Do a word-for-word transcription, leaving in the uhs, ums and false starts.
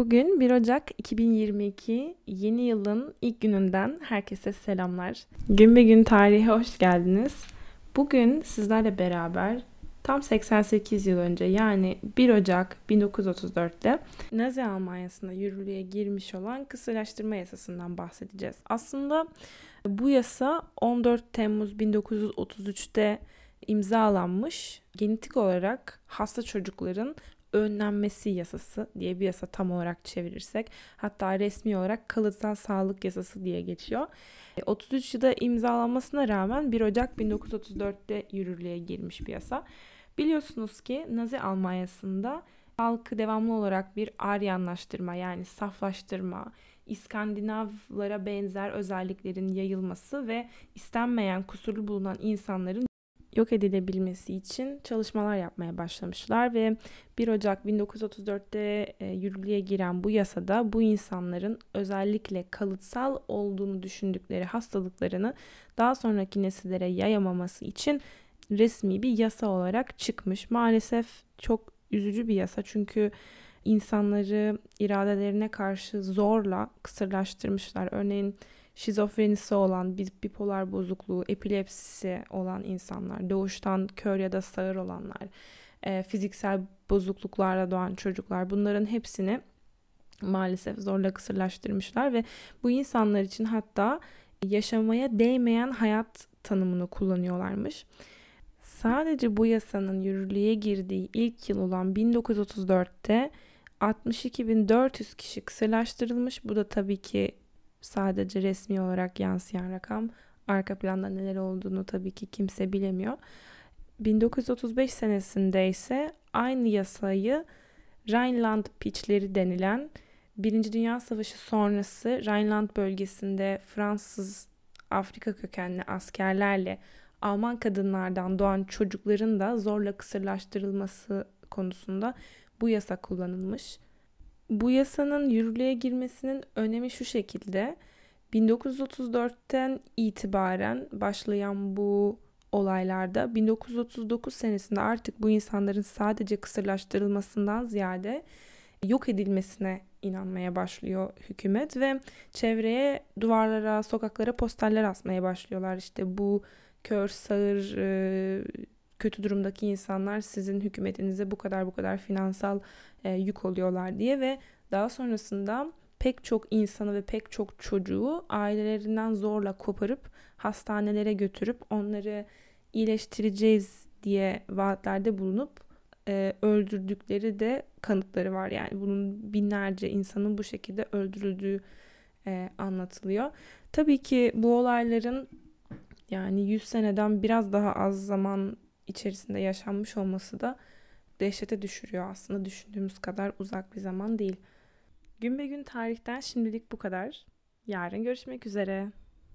Bugün bir Ocak iki bin yirmi iki, yeni yılın ilk gününden herkese selamlar. Gün be gün tarihe hoş geldiniz. Bugün sizlerle beraber tam seksen sekiz yıl önce, yani bir Ocak bin dokuz yüz otuz dörtte Nazi Almanya'sında yürürlüğe girmiş olan kısırlaştırma yasasından bahsedeceğiz. Aslında bu yasa on dört Temmuz bin dokuz yüz otuz üçte imzalanmış, genetik olarak hasta çocukların önlenmesi yasası diye bir yasa tam olarak çevirirsek. Hatta resmi olarak kalıtsal sağlık yasası diye geçiyor. otuz üç yılda imzalanmasına rağmen bir Ocak bin dokuz yüz otuz dörtte yürürlüğe girmiş bir yasa. Biliyorsunuz ki Nazi Almanya'sında halkı devamlı olarak bir Aryanlaştırma, yani saflaştırma, İskandinavlara benzer özelliklerin yayılması ve istenmeyen kusurlu bulunan insanların yok edilebilmesi için çalışmalar yapmaya başlamışlar ve bir Ocak bin dokuz yüz otuz dörtte e, yürürlüğe giren bu yasada bu insanların özellikle kalıtsal olduğunu düşündükleri hastalıklarını daha sonraki nesillere yayamaması için resmi bir yasa olarak çıkmış. Maalesef çok üzücü bir yasa, çünkü insanları iradelerine karşı zorla kısırlaştırmışlar. Örneğin şizofrenisi olan, bipolar bozukluğu, epilepsisi olan insanlar, doğuştan kör ya da sağır olanlar, e, fiziksel bozukluklarla doğan çocuklar, bunların hepsini maalesef zorla kısırlaştırmışlar ve bu insanlar için hatta yaşamaya değmeyen hayat tanımını kullanıyorlarmış. Sadece bu yasanın yürürlüğe girdiği ilk yıl olan bin dokuz yüz otuz dörtte altmış iki bin dört yüz kişi kısırlaştırılmış. Bu da tabii ki sadece resmi olarak yansıyan rakam. Arka planda neler olduğunu tabii ki kimse bilemiyor. bin dokuz yüz otuz beş senesinde ise aynı yasayı Rhineland piçleri denilen Birinci Dünya Savaşı sonrası Rhineland bölgesinde Fransız Afrika kökenli askerlerle Alman kadınlardan doğan çocukların da zorla kısırlaştırılması konusunda bu yasa kullanılmış. Bu yasanın yürürlüğe girmesinin önemi şu şekilde: bin dokuz yüz otuz dörtten itibaren başlayan bu olaylarda bin dokuz yüz otuz dokuz senesinde artık bu insanların sadece kısırlaştırılmasından ziyade yok edilmesine inanmaya başlıyor hükümet ve çevreye, duvarlara, sokaklara posterler asmaya başlıyorlar. İşte bu kör, sağır, kötü durumdaki insanlar sizin hükümetinize bu kadar bu kadar finansal yük oluyorlar diye ve daha sonrasında pek çok insanı ve pek çok çocuğu ailelerinden zorla koparıp hastanelere götürüp onları iyileştireceğiz diye vaatlerde bulunup e, öldürdükleri de kanıtları var. Yani bunun binlerce insanın bu şekilde öldürüldüğü e, anlatılıyor. Tabii ki bu olayların yani yüz seneden biraz daha az zaman içerisinde yaşanmış olması da dehşete düşürüyor. Aslında düşündüğümüz kadar uzak bir zaman değil. Gün be gün tarihten şimdilik bu kadar. Yarın görüşmek üzere.